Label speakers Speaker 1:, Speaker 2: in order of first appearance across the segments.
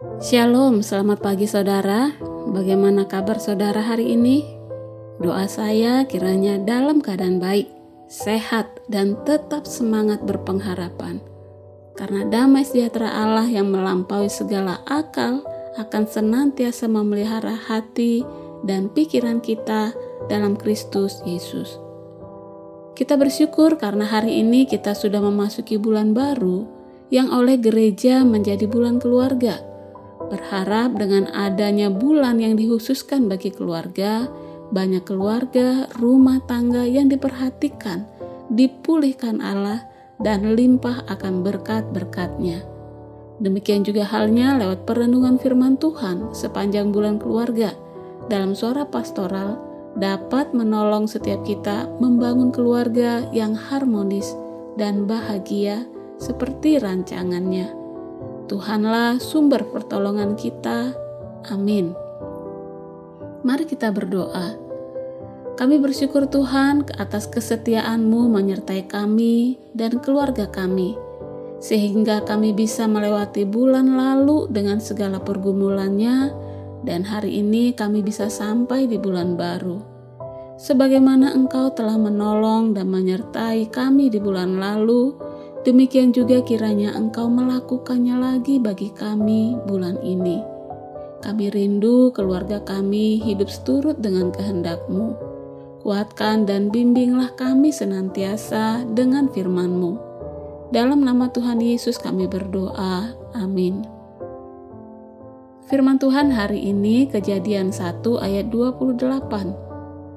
Speaker 1: Shalom, selamat pagi saudara. Bagaimana kabar saudara hari ini? Doa saya kiranya dalam keadaan baik, sehat, dan tetap semangat berpengharapan. Karena damai sejahtera Allah yang melampaui segala akal akan senantiasa memelihara hati dan pikiran kita dalam Kristus Yesus. Kita bersyukur karena hari ini kita sudah memasuki bulan baru yang oleh gereja menjadi bulan keluarga. Berharap dengan adanya bulan yang dikhususkan bagi keluarga, banyak keluarga, rumah tangga yang diperhatikan, dipulihkan Allah, dan limpah akan berkat-berkat-Nya. Demikian juga halnya lewat perenungan firman Tuhan sepanjang bulan keluarga dalam suara pastoral dapat menolong setiap kita membangun keluarga yang harmonis dan bahagia seperti rancangannya. Tuhanlah sumber pertolongan kita. Amin. Mari kita berdoa. Kami bersyukur Tuhan atas kesetiaan-Mu menyertai kami dan keluarga kami, sehingga kami bisa melewati bulan lalu dengan segala pergumulannya, dan hari ini kami bisa sampai di bulan baru. Sebagaimana Engkau telah menolong dan menyertai kami di bulan lalu, demikian juga kiranya Engkau melakukannya lagi bagi kami bulan ini. Kami rindu keluarga kami hidup seturut dengan kehendak-Mu. Kuatkan dan bimbinglah kami senantiasa dengan firman-Mu. Dalam nama Tuhan Yesus kami berdoa. Amin. Firman Tuhan hari ini Kejadian 1 ayat 28.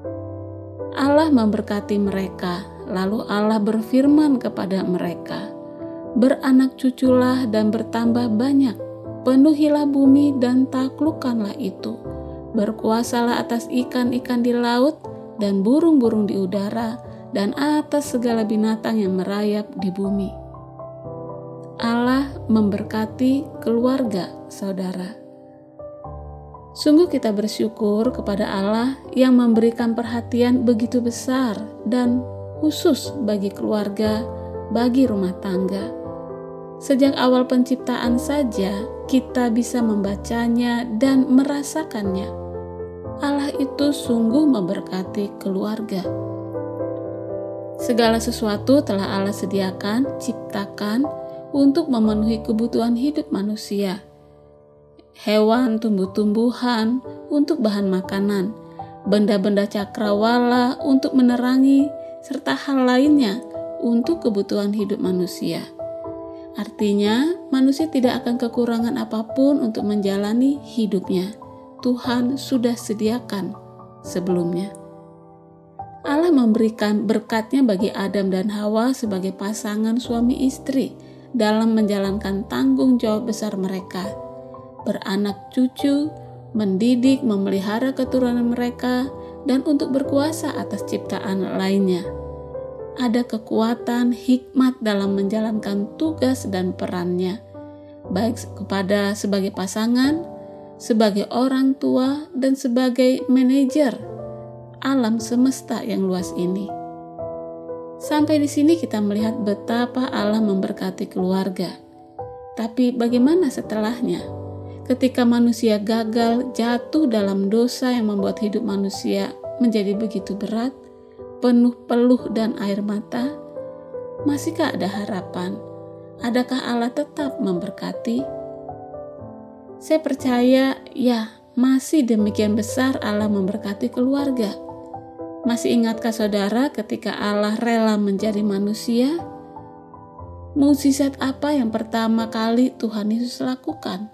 Speaker 1: Allah memberkati mereka, lalu Allah berfirman kepada mereka, "Beranak cuculah dan bertambah banyak, penuhilah bumi dan taklukkanlah itu. Berkuasalah atas ikan-ikan di laut dan burung-burung di udara dan atas segala binatang yang merayap di bumi." Allah memberkati keluarga saudara. Sungguh kita bersyukur kepada Allah yang memberikan perhatian begitu besar dan khusus bagi keluarga, bagi rumah tangga. Sejak awal penciptaan saja kita bisa membacanya dan merasakannya. Allah itu sungguh memberkati keluarga. Segala sesuatu telah Allah sediakan, ciptakan untuk memenuhi kebutuhan hidup manusia. Hewan, tumbuh-tumbuhan untuk bahan makanan, benda-benda cakrawala untuk menerangi, serta hal lainnya untuk kebutuhan hidup manusia. Artinya, manusia tidak akan kekurangan apapun untuk menjalani hidupnya. Tuhan sudah sediakan sebelumnya. Allah memberikan berkat-Nya bagi Adam dan Hawa sebagai pasangan suami istri dalam menjalankan tanggung jawab besar mereka. Beranak cucu, mendidik, memelihara keturunan mereka, dan untuk berkuasa atas ciptaan lainnya. Ada kekuatan, hikmat dalam menjalankan tugas dan perannya, baik kepada sebagai pasangan, sebagai orang tua, dan sebagai manajer alam semesta yang luas ini. Sampai di sini kita melihat betapa Allah memberkati keluarga. Tapi bagaimana setelahnya? Ketika manusia gagal, jatuh dalam dosa yang membuat hidup manusia menjadi begitu berat, penuh peluh dan air mata, masihkah ada harapan? Adakah Allah tetap memberkati? Saya percaya, ya, masih demikian besar Allah memberkati keluarga. Masih ingatkah saudara ketika Allah rela menjadi manusia? Mukjizat apa yang pertama kali Tuhan Yesus lakukan?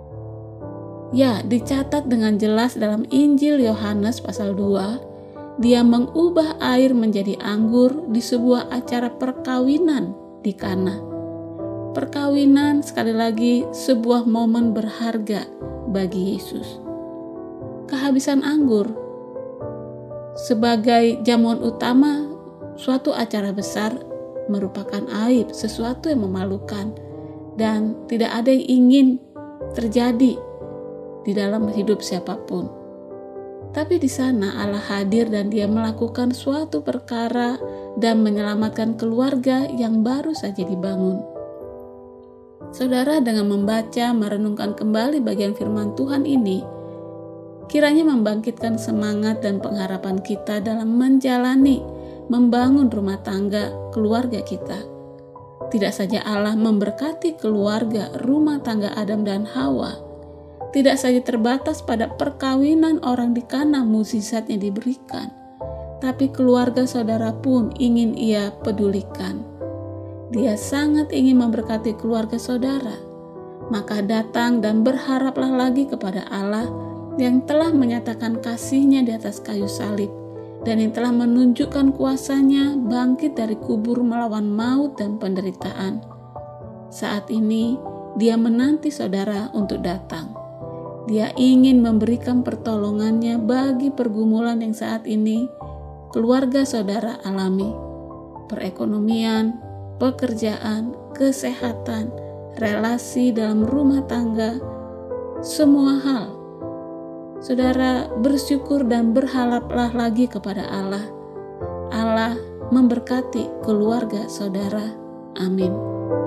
Speaker 1: Ya, dicatat dengan jelas dalam Injil Yohanes pasal 2, Dia mengubah air menjadi anggur di sebuah acara perkawinan di Kana. Perkawinan sekali lagi sebuah momen berharga bagi Yesus. Kehabisan anggur sebagai jamuan utama suatu acara besar merupakan aib, sesuatu yang memalukan, dan tidak ada yang ingin terjadi di dalam hidup siapapun. Tapi di sana Allah hadir dan Dia melakukan suatu perkara dan menyelamatkan keluarga yang baru saja dibangun. Saudara, dengan membaca, merenungkan kembali bagian firman Tuhan ini, kiranya membangkitkan semangat dan pengharapan kita dalam menjalani, membangun rumah tangga, keluarga kita. Tidak saja Allah memberkati keluarga, rumah tangga Adam dan Hawa, tidak saja terbatas pada perkawinan orang di Kana mukjizatnya diberikan, tapi keluarga saudara pun ingin Ia pedulikan. Dia sangat ingin memberkati keluarga saudara. Maka datang dan berharaplah lagi kepada Allah yang telah menyatakan kasih-Nya di atas kayu salib dan yang telah menunjukkan kuasa-Nya bangkit dari kubur melawan maut dan penderitaan. Saat ini Dia menanti saudara untuk datang. Dia ingin memberikan pertolongan-Nya bagi pergumulan yang saat ini keluarga saudara alami. Perekonomian, pekerjaan, kesehatan, relasi dalam rumah tangga, semua hal. Saudara bersyukur dan berharaplah lagi kepada Allah. Allah memberkati keluarga saudara. Amin.